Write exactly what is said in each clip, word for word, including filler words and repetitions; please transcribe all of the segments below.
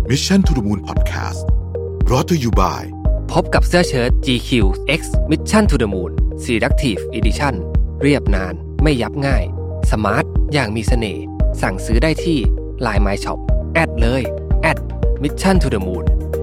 Mission to the Moon Podcast brought to you by พบกับเสื้อเชิ้ต จี คิว X Mission to the Moon Selective Edition เรียบนานไม่ยับง่ายสมาร์ทอย่างมีเสน่ห์สั่งซื้อได้ที่ ไลน์ My Shop แอดเลย แอด Mission to the Moon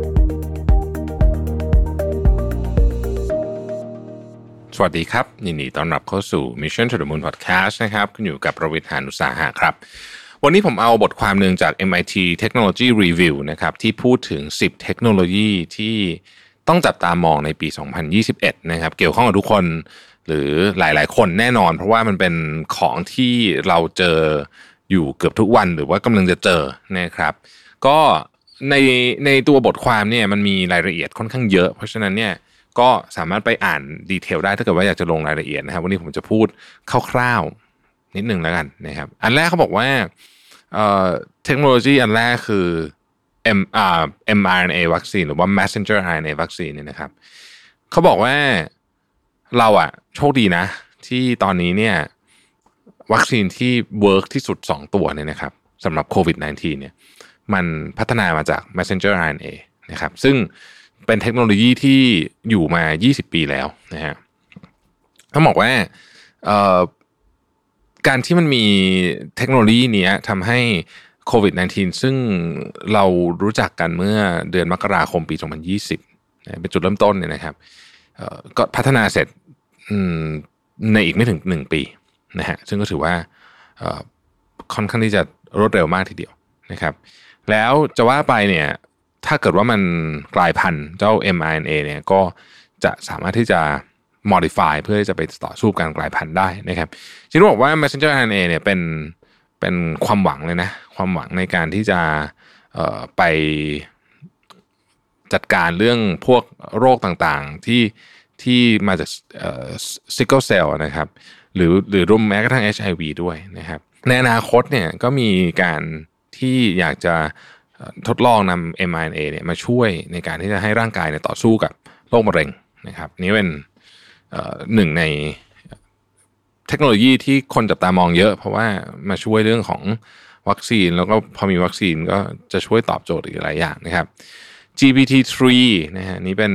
สวัสดีครับยินดีต้อนรับเข้าสู่ Mission to the Moon Podcast นะครับคุณอยู่กับประวิตร หาญอุตสาหะครับวันนี้ผมเอาบทความหนึ่งจาก เอ็ม ไอ ที Technology Review นะครับที่พูดถึงสิบเทคโนโลยีที่ต้องจับตามองในปีสองพันยี่สิบเอ็ดนะครับเกี่ยวข้องกับทุกคนหรือหลายๆคนแน่นอนเพราะว่ามันเป็นของที่เราเจออยู่เกือบทุกวันหรือว่ากำลังจะเจอนะครับก็ในในตัวบทความเนี่ยมันมีรายละเอียดค่อนข้างเยอะเพราะฉะนั้นเนี่ยก็สามารถไปอ่านดีเทลได้ถ้าเกิดว่าอยากจะลงรายละเอียดนะครับวันนี้ผมจะพูดคร่าวๆนิดนึงแล้วกันนะครับอันแรกเขาบอกว่าเอ่อเทคโนโลยีอันแรกคือ M อ่า เอ็ม อาร์ เอ็น เอ วัคซีนหรือว่า Messenger อาร์ เอ็น เอ วัคซีนเนี่ยนะครับเขาบอกว่าเราอะโชคดีนะที่ตอนนี้เนี่ยวัคซีนที่เวิร์กที่สุดสองตัวเนี่ยนะครับสำหรับโควิด สิบเก้า เนี่ยมันพัฒนามาจาก Messenger อาร์ เอ็น เอ นะครับซึ่งเป็นเทคโนโลยีที่อยู่มายี่สิบปีแล้วนะฮะต้องบอกว่าเอ่อการที่มันมีเทคโนโลยีนี้ทำให้โควิด สิบเก้า ซึ่งเรารู้จักกันเมื่อเดือนมกราคมปีสองพันยี่สิบเป็นจุดเริ่มต้นเนี่ยนะครับเอ่อก็พัฒนาเสร็จในอีกไม่ถึงหนึ่งปีนะฮะซึ่งก็ถือว่าเอ่อค่อนข้างที่จะรวดเร็วมากทีเดียวนะครับแล้วจะว่าไปเนี่ยถ้าเกิดว่ามันกลายพันธุ์เจ้า เอ็ม อาร์ เอ็น เอ เนี่ยก็จะสามารถที่จะ modify เพื่อที่จะไปต่อสู้การกลายพันธุ์ได้นะครับจริงๆบอกว่า Messenger อาร์ เอ็น เอ เนี่ยเป็นเป็นความหวังเลยนะความหวังในการที่จะเอ่อไปจัดการเรื่องพวกโรคต่างๆที่ที่มาจากเอ่อ sickle cell นะครับหรือหรือรวมแม้กระทั่ง เอช ไอ วี ด้วยนะครับในอนาคตเนี่ยก็มีการที่อยากจะทดลองนำ เอ็ม อาร์ เอ็น เอ เนี่ยมาช่วยในการที่จะให้ร่างกายเนี่ยต่อสู้กับโรคมะเร็งนะครับนี่เป็นหนึ่งในเทคโนโลยีที่คนจับตามองเยอะเพราะว่ามาช่วยเรื่องของวัคซีนแล้วก็พอมีวัคซีนก็จะช่วยตอบโจทย์อีกหลายอย่างนะครับ จี พี ที ทรี นะฮะนี่เป็น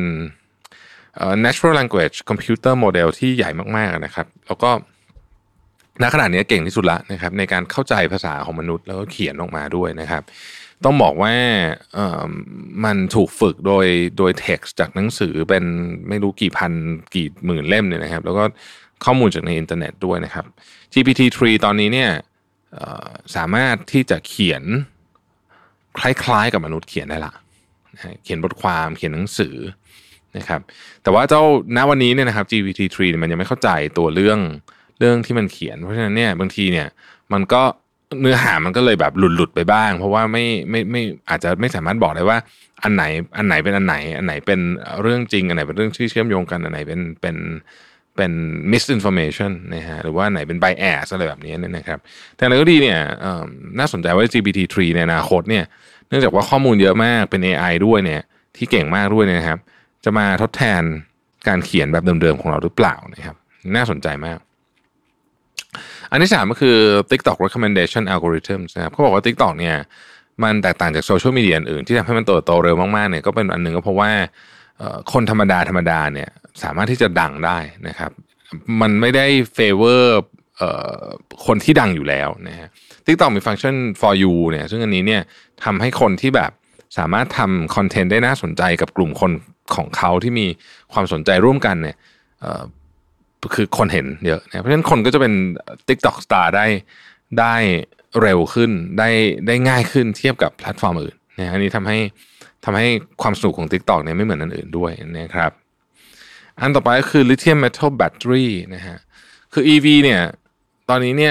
Natural Language Computer Model ที่ใหญ่มากๆนะครับแล้วก็ณขณะนี้เก่งที่สุดละนะครับในการเข้าใจภาษาของมนุษย์แล้วก็เขียนออกมาด้วยนะครับต้องบอกว่าเอ่อมันถูกฝึกโดยโดย text จากหนังสือเป็นไม่รู้กี่พันกี่หมื่นเล่มเนี่ยนะครับแล้วก็ข้อมูลจากในอินเทอร์เน็ตด้วยนะครับ จี พี ที ทรี ตอนนี้เนี่ยเอ่อสามารถที่จะเขียนคล้ายๆกับมนุษย์เขียนได้ละนะเขียนบทความเขียนหนังสือนะครับแต่ว่าเจ้าณวันนี้เนี่ยนะครับ จี พี ที ทรี มันยังไม่เข้าใจตัวเรื่องเรื่องที่มันเขียนเพราะฉะนั้นเนี่ยบางทีเนี่ยมันก็เนื้อหามันก็เลยแบบหลุดๆไปบ้างเพราะว่าไม่ไม่ไม่อาจจะไม่สามารถบอกได้ว่าอันไหนอันไหนเป็นอันไหนอันไหนเป็นเรื่องจริงอันไหนเป็นเรื่องที่เชื่อมโยงกันอันไหนเป็นเป็นเป็น misinformation นะฮะหรือว่าอันไหนเป็น bias อะไรแบบนี้เนี่ยนะครับแต่อะไรก็ดีเนี่ยน่าสนใจว่า จี พี ที ทรี ในอนาคตเนี่ยเนื่องจากว่าข้อมูลเยอะมากเป็น เอ ไอ ด้วยเนี่ยที่เก่งมากด้วยนะครับจะมาทดแทนการเขียนแบบเดิมๆของเราหรือเปล่านะครับน่าสนใจมากอันที่สามก็คือ TikTok recommendation algorithms นะครับเขาบอกว่า TikTok เนี่ยมันแตกต่างจากโซเชียลมีเดียอื่นที่ทำให้มันโตโตเร็วมากๆเนี่ยก็เป็นอันนึงก็เพราะว่าคนธรรมดาธรรมดาเนี่ยสามารถที่จะดังได้นะครับมันไม่ได้เฟเวอร์คนที่ดังอยู่แล้วนะฮะ TikTok มีฟังก์ชัน for you เนี่ยซึ่งอันนี้เนี่ยทำให้คนที่แบบสามารถทำคอนเทนต์ได้น่าสนใจกับกลุ่มคนของเขาที่มีความสนใจร่วมกันเนี่ยคือคนเห็นเยอะนะเพราะฉะนั้นคนก็จะเป็น TikTok Star ได้ได้เร็วขึ้นได้ได้ง่ายขึ้นเทียบกับแพลตฟอร์มอื่นนะอันนี้ทำให้ทำให้ความสนุกของ TikTok เนี่ยไม่เหมือนอันอื่นด้วยนะครับอันต่อไปก็คือ Lithium Metal Battery นะฮะคือ อี วี เนี่ยตอนนี้เนี่ย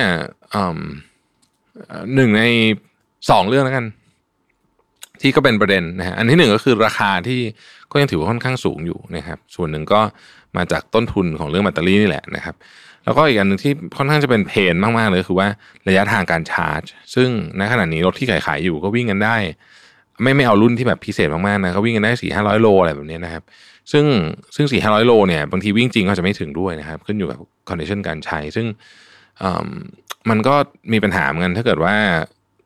หนึ่งในสองเรื่องแล้วกันที่ก็เป็นประเด็นนะฮะอันที่หนึ่งก็คือราคาที่ก็ยังถือว่าค่อนข้างสูงอยู่นะครับส่วนหนึ่งก็มาจากต้นทุนของเรื่องแบตเตอรี่นี่แหละนะครับแล้วก็อีกอันนึงที่ค่อนข้างจะเป็นเพนมากๆเลยคือว่าระยะทางการชาร์จซึ่งณขณะนี้รถที่ขายขายอยู่ก็วิ่งกันได้ไม่ไม่เอารุ่นที่แบบพิเศษมากๆนะเขาวิ่งกันได้ สี่ถึงห้าร้อย โลอะไรแบบนี้นะครับซึ่งซึ่ง สี่ถึงห้าร้อย โลเนี่ยบางทีวิ่งจริงก็จะไม่ถึงด้วยนะครับขึ้นอยู่กับคอนดิชันการใช้ซึ่งมันก็มีปัญหาเหมือนกันถ้าเกิดว่า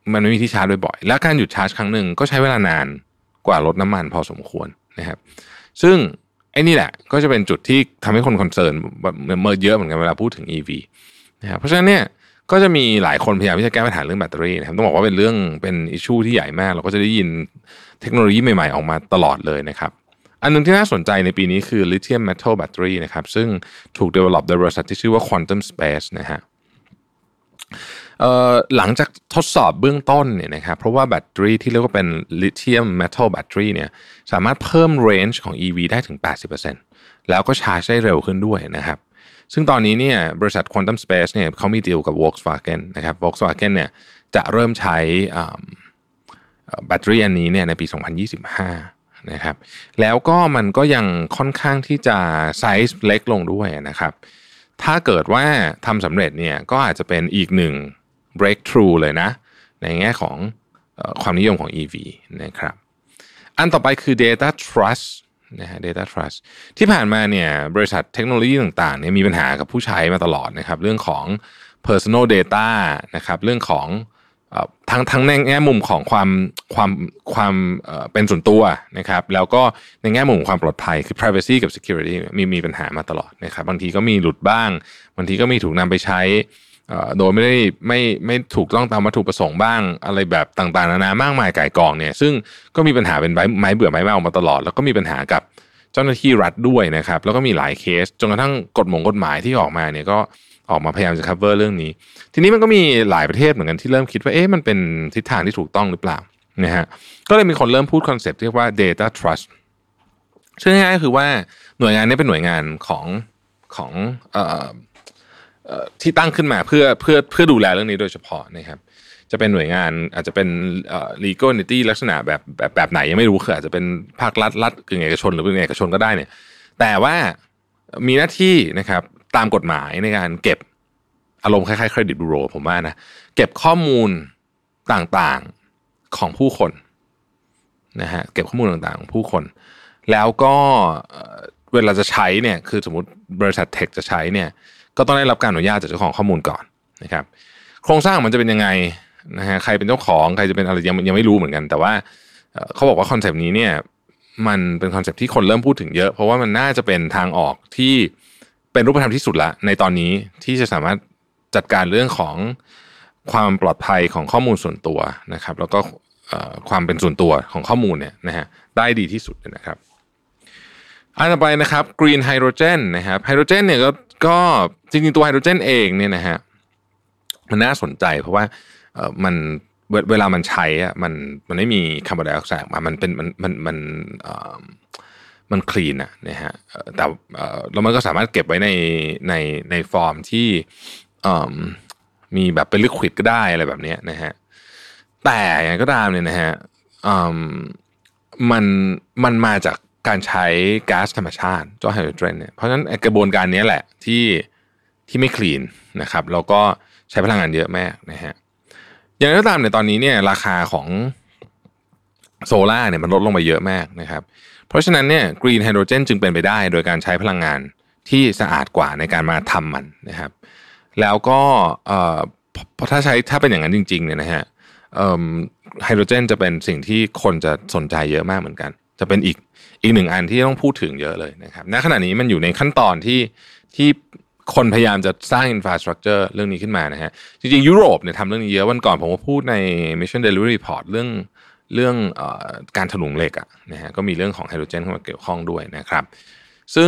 มันไม่มีที่ชาร์จบ่อยๆและการหยุดชาร์จครั้งหนึ่งก็ใช้เวลานานกว่ารถน้ำมันพอสมควรนะครับซึ่งไอ้นี่แหละก็จะเป็นจุดที่ทำให้คนคอนเซิร์นเมื่อเยอะเหมือนกันเวลาพูดถึง อี วี นะครับเพราะฉะนั้นเนี่ยก็จะมีหลายคนพยายามที่จะแก้ปัญหาเรื่องแบตเตอรี่นะครับต้องบอกว่าเป็นเรื่องเป็นอิชชูที่ใหญ่มากเราก็จะได้ยินเทคโนโลยีใหม่ๆออกมาตลอดเลยนะครับอันนึงที่น่าสนใจในปีนี้คือ Lithium Metal Battery นะครับซึ่งถูก develop โดยบริษัทที่ชื่อว่า Quantum Space นะฮะเอ่อหลังจากทดสอบเบื้องต้นเนี่ยนะครับเพราะว่าแบตเตอรี่ที่เรียกว่าเป็น Lithium Metal Battery เนี่ยสามารถเพิ่ม range ของ อี วี ได้ถึง แปดสิบเปอร์เซ็นต์ แล้วก็ชาร์จได้เร็วขึ้นด้วยนะครับซึ่งตอนนี้เนี่ยบริษัท Quantum Space เนี่ยเขามีดีลกับ Volkswagen นะครับ Volkswagen เนี่ยจะเริ่มใช้แบตเตอรี่อันนี้เนี่ยในปีสองพันยี่สิบห้านะครับแล้วก็มันก็ยังค่อนข้างที่จะไซส์เล็กลงด้วยนะครับถ้าเกิดว่าทำสำเร็จเนี่ยก็อาจจะเป็นอีกหนึ่ง breakthrough เลยนะในแง่ของเอ่อความนิยมของ อี วี นะครับอันต่อไปคือ data trust นะฮะ data trust ที่ผ่านมาเนี่ยบริษัทเทคโนโลยีต่างๆเนี่ยมีปัญหากับผู้ใช้มาตลอดนะครับเรื่องของ personal data นะครับเรื่องของทั้งทั้งในแง่มุมของความความความเป็นส่วนตัวนะครับแล้วก็ในแง่มุมของความปลอดภัยคือ privacy กับ security มีมีปัญหามาตลอดนะครับบางทีก็มีหลุดบ้างบางทีก็มีถูกนำไปใช้โดยไม่ได้ไม่ไม่ถูกต้องตามวัตถุประสงค์บ้างอะไรแบบต่างๆนานามากมายก่ายกองเนี่ยซึ่งก็มีปัญหาเป็นไม้เบื่อไม้เมามาตลอดแล้วก็มีปัญหากับเจ้าหน้าที่รัฐด้วยนะครับแล้วก็มีหลายเคสจนกระทั่งกฎหมงกฎหมายที่ออกมาเนี่ยก็ออกมาพยายามจะ cover เรื่องนี้ทีนี้มันก็มีหลายประเทศเหมือนกันที่เริ่มคิดว่าเอ๊ะมันเป็นทิศทางที่ถูกต้องหรือเปล่านะฮะก็เลยมีคนเริ่มพูดคอนเซ็ปต์ที่เรียกว่า data trust ซึ่งง่ายๆก็คือว่าหน่วยงานนี้เป็นหน่วยงานของของเอ่อเอ่อที่ตั้งขึ้นมาเพื่อเพื่อเพื่อดูแลเรื่องนี้โดยเฉพาะนะครับจะเป็นหน่วยงานอาจจะเป็นเอ่อ legal entity ลักษณะแบบแบบแบบไหนยังไม่รู้คืออาจจะเป็นภาครัฐรัฐกึ่งเอกชนหรือเป็นเอกชนก็ได้เนี่ยแต่ว่ามีหน้าที่นะครับตามกฎหมายในการเก็บอารมณ์คล้ายๆเครดิตบูโรผมว่านะเก็บข้อมูลต่างๆของผู้คนนะฮะเก็บข้อมูลต่างๆของผู้คนแล้วก็เวลาจะใช้เนี่ยคือสมมุติบริษัทเทคจะใช้เนี่ยก็ต้องได้รับการอนุญาตจากเจ้าของข้อมูลก่อนนะครับโครงสร้างมันจะเป็นยังไงนะฮะใครเป็นเจ้าของใครจะเป็นอะไรยังยังไม่รู้เหมือนกันแต่ว่าเขาบอกว่าคอนเซปต์นี้เนี่ยมันเป็นคอนเซปต์ที่คนเริ่มพูดถึงเยอะเพราะว่ามันน่าจะเป็นทางออกที่เป็นรูปธรรมที่สุดละในตอนนี้ที่จะสามารถจัดการเรื่องของความปลอดภัยของข้อมูลส่วนตัวนะครับแล้วก็ความเป็นส่วนตัวของข้อมูลเนี่ยนะฮะได้ดีที่สุดนะครับอันต่อไปนะครับ green hydrogen นะครับไฮโดรเจนเนี่ยก็ก็จริงๆตัวไฮโดรเจนเองเนี่ยนะฮะมันน่าสนใจเพราะว่าเอ่อมันเวลามันใช้อ่ะมันมันไม่มีคาร์บอนไดออกไซด์ออกมามันเป็นมันมันมันเอ่อมันคลีนอะนะฮะแต่แล้วมันก็สามารถเก็บไว้ในในในฟอร์มที่มีแบบเป็นลิควิดก็ได้อะไรแบบนี้นะฮะแต่อย่างก็ตามเนี่ยนะฮะมันมันมาจากการใช้ก๊าซธรรมชาติตัวไฮโดรเจนเนี่ยเพราะฉะนั้นกระบวนการนี้แหละที่ที่ไม่คลีนนะครับแล้วก็ใช้พลังงานเยอะมากนะฮะอย่างไรก็ตามเนี่ยตอนนี้เนี่ยราคาของโซล่าเนี่ยมันลดลงไปเยอะมากนะครับเพราะฉะนั้นเนี่ยกรีนไฮโดรเจนจึงเป็นไปได้โดยการใช้พลังงานที่สะอาดกว่าในการมาทำมันนะครับแล้วก็เอ่อพอถ้าใช้ถ้าเป็นอย่างนั้นจริงๆเนี่ยนะฮะเอ่อไฮโดรเจนจะเป็นสิ่งที่คนจะสนใจเยอะมากเหมือนกันจะเป็นอีกอีกหนึ่งอันที่ต้องพูดถึงเยอะเลยนะครับณขณะนี้มันอยู่ในขั้นตอนที่ที่คนพยายามจะสร้างอินฟราสตรัคเจอร์เรื่องนี้ขึ้นมานะฮะจริงๆยุโรปเนี่ยทำเรื่องนี้เยอะวันก่อนผมก็พูดใน Mission Delivery Report เรื่องเรื่องเอ่อการถลุงเหล็กอ่ะนะฮะก็มีเรื่องของไฮโดรเจนเข้ามาเกี่ยวข้องด้วยนะครับซึ่ง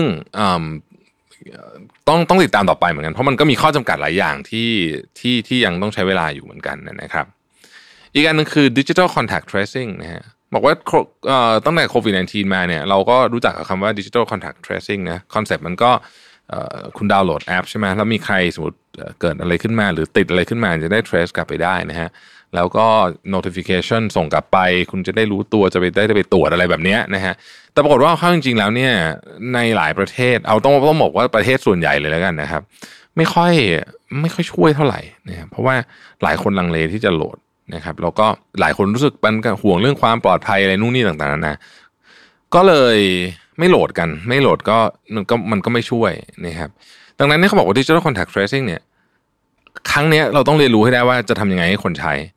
ต้องต้องติดตามต่อไปเหมือนกันเพราะมันก็มีข้อจำกัดหลายอย่างที่ที่ที่ยังต้องใช้เวลาอยู่เหมือนกันนะครับอีกอันนึงคือ Digital Contact Tracing นะฮะบอกว่าตั้งแต่โควิด สิบเก้า มาเนี่ยเราก็รู้จักกับคำว่า Digital Contact Tracing นะคอนเซ็ปต์มันก็คุณดาวน์โหลดแอปใช่ไหมแล้วมีใครสมมติเกิดอะไรขึ้นมาหรือติดอะไรขึ้นมาจะได้ trace กลับไปได้นะฮะแล้วก็ notification ส่งกลับไปคุณจะได้รู้ตัวจะไปได้ไปตรวจอะไรแบบนี้นะฮะแต่ปรากฏว่าเข้าจริงๆแล้วเนี่ยในหลายประเทศเอาต้องต้องบอกว่าประเทศส่วนใหญ่เลยแล้วกันนะครับไม่ค่อยไม่ค่อยช่วยเท่าไหร่นะครับเพราะว่าหลายคนลังเลที่จะโหลดนะครับแล้วก็หลายคนรู้สึกเป็นห่วงเรื่องความปลอดภัยอะไรนู่นนี่ต่างๆนานาก็เลยไม่โหลดกันไม่โหลดก็มันก็มันก็ไม่ช่วยนะครับดังนั้นเนี่ยเขาบอกว่า Digital Contact Tracing เนี่ยครั้งนี้เราต้องเรียนรู้ให้ได้ว่าจะทำยังไงให้คนใช้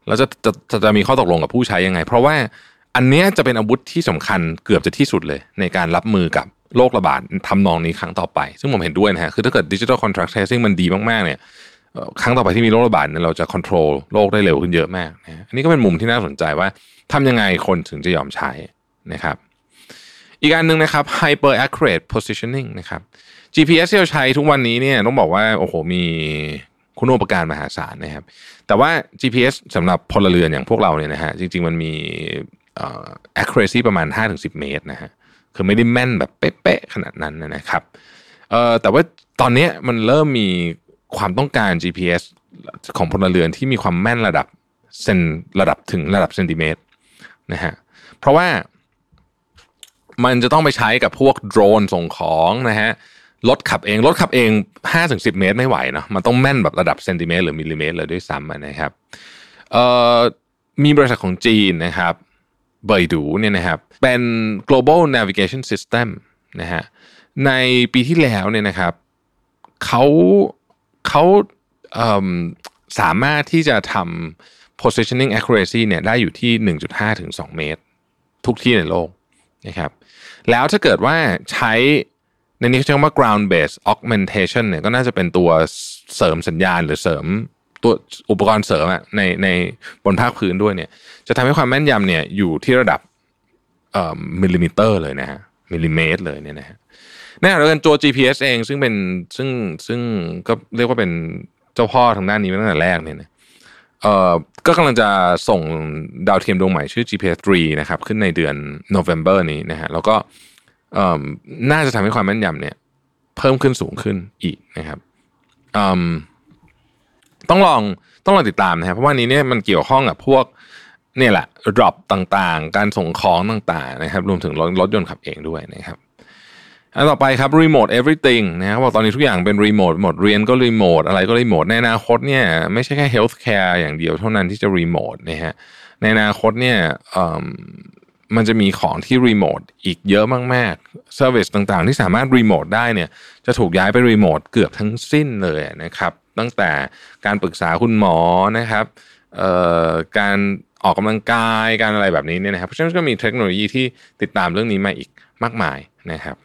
แล้วจะจะจะจะมีข้อตกลงกับผู้ใช้ยังไงเพราะว่าอันเนี้ยจะเป็นอาวุธที่สำคัญเกือบจะที่สุดเลยในการรับมือกับโรคระบาดทำนองนี้ครั้งต่อไปซึ่งผมเห็นด้วยนะฮะคือถ้าเกิด Digital Contact Tracing มันดีมากๆเนี่ยครั้งต่อไปที่มีโรคระบาดเนี่ยเราจะ control โรคได้เร็วขึ้นเยอะมากนะอันนี้ก็เป็นมุมที่น่าสนใจว่าทำยังไงคนถึงจะยอมใช้นะครับอีกอันนึงนะครับ Hyper Accurate Positioning นะครับ จี พี เอส ที่เราใช้ทุกวันนี้เนี่ยต้องบอกว่าโอ้โหมีคุณูปการมหาศาลนะครับแต่ว่า จี พี เอส สำหรับพลเรือนอย่างพวกเราเนี่ยนะฮะจริงๆมันมีเอ่อ accuracy ประมาณ ห้าถึงสิบ เมตรนะฮะคือไม่ได้แม่นแบบเป๊ะๆขนาดนั้นนะครับเอ่อแต่ว่าตอนนี้มันเริ่มมีความต้องการ จี พี เอส ของพลเรือนที่มีความแม่นระดับเซนระดับถึงระดับเซนติเมตรนะฮะเพราะว่ามันจะต้องไปใช้กับพวกโดรนส่งของนะฮะรถขับเองรถขับเอง ห้าถึงสิบ เมตรไม่ไหวเนาะมันต้องแม่นแบบระดับเซนติเมตรหรือมิลลิเมตรเลยด้วยซ้ำนะครับเอ่อมีบริษัทของจีนนะครับเบยดูเนี่ยนะครับเป็น global navigation system นะฮะในปีที่แล้วเนี่ยนะครับเขาเขาเอ่อสามารถที่จะทำ positioning accuracy เนี่ยได้อยู่ที่ หนึ่งจุดห้า ถึง สอง เมตรทุกที่ในโลกนะครับแล้วถ้าเกิดว่าใช้ในนี้เขาเรียกว่า ground based augmentation เนี่ยก็น่าจะเป็นตัวเสริมสัญญาณหรือเสริมตัวอุปกรณ์เสริมอะในในบนภาคพื้นด้วยเนี่ยจะทำให้ความแม่นยำเนี่ยอยู่ที่ระดับเอ่อมิลลิเมตรเลยนะฮะมิลลิเมตรเลยเนี่ยนะฮะแน่นอนตัว จี พี เอส เองซึ่งเป็นซึ่งซึ่งก็เรียกว่าเป็นเจ้าพ่อทางด้านนี้มาตั้งแต่แรกเนี่ยนะเอ่อก็กำลังจะส่งดาวเทียมดวงใหม่ชื่อ จี พี เอส สามนะครับขึ้นในเดือน November นี้นะฮะแล้วก็เอ่อน่าจะทำให้ความแม่นยำเนี่ยเพิ่มขึ้นสูงขึ้นอีกนะครับอืมต้องลองต้องลองติดตามนะครับเพราะว่านี้เนี่ยมันเกี่ยวข้องกับพวกเนี่ยแหละ drop ต่างๆการส่งของต่างๆนะครับรวมถึงรถรถยนต์ขับเองด้วยนะครับอันต่อไปครับ remote everything นะครับบอกตอนนี้ทุกอย่างเป็น remote หมดเรียนก็ remote อะไรก็ remote ในอนาคตเนี่ยไม่ใช่แค่ healthcare อย่างเดียวเท่านั้นที่จะ remote นะฮะในอนาคตเนี่ยมันจะมีของที่ remote อีกเยอะมากๆ service ต่างๆที่สามารถ remote ได้เนี่ยจะถูกย้ายไป remote เกือบทั้งสิ้นเลยนะครับตั้งแต่การปรึกษาคุณหมอนะครับการออกกำลังกายการอะไรแบบนี้เนี่ยนะครับเพราะฉะนั้นก็มีเทคโนโลยีที่ติดตามเรื่องนี้มาอีกมากมายนะครับ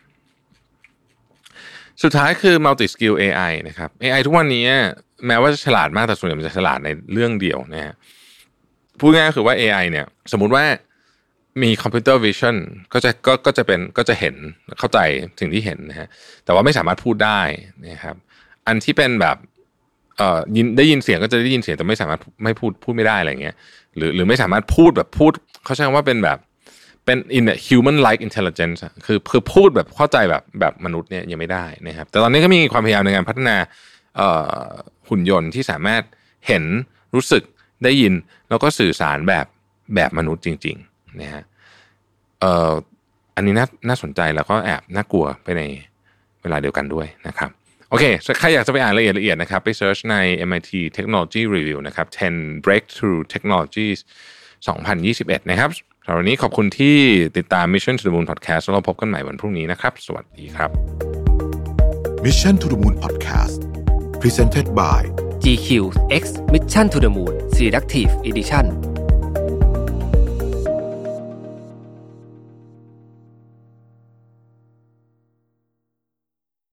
สุดท้ายคือ multi skill เอ ไอ นะครับ เอ ไอ ทุกวันนี้แม้ว่าจะฉลาดมากแต่ส่วนใหญ่มันจะฉลาดในเรื่องเดียวนะฮะพูดง่ายๆคือว่า เอ ไอ เนี่ยสมมุติว่ามี computer vision ก็จะก็ก็จะเป็นก็จะเห็นเข้าใจสิ่งที่เห็นนะฮะแต่ว่าไม่สามารถพูดได้นะครับอันที่เป็นแบบเอ่อยินได้ยินเสียงก็จะได้ยินเสียงแต่ไม่สามารถไม่พูดพูดไม่ได้อะไรเงี้ยหรือหรือไม่สามารถพูดแบบพูดเขาใช้คำว่าเป็นแบบเป็น in a human like intelligence คือคือพูดแบบเข้าใจแบบแบบมนุษย์เนี่ยยังไม่ได้นะครับแต่ตอนนี้ก็มีความพยายามในการพัฒนาเอ่อหุ่นยนต์ที่สามารถเห็นรู้สึกได้ยินแล้วก็สื่อสารแบบแบบมนุษย์จริงๆนะฮะเอ่ออันนี้น่าน่าสนใจแล้วก็แอบน่ากลัวไปในเวลาเดียวกันด้วยนะครับโอเคใครอยากจะไปอ่านรายละเอียดนะครับไปเซิร์ชใน เอ็ม ไอ ที Technology Review นะครับ ten breakthrough technologies สองพันยี่สิบเอ็ดนะครับสำหรับวันนี้ขอบคุณที่ติดตาม Mission to the Moon Podcast แล้วเราพบกันใหม่วันพรุ่งนี้นะครับสวัสดีครับ Mission to the Moon Podcast Presented by จี คิว X Mission to the Moon Selective Edition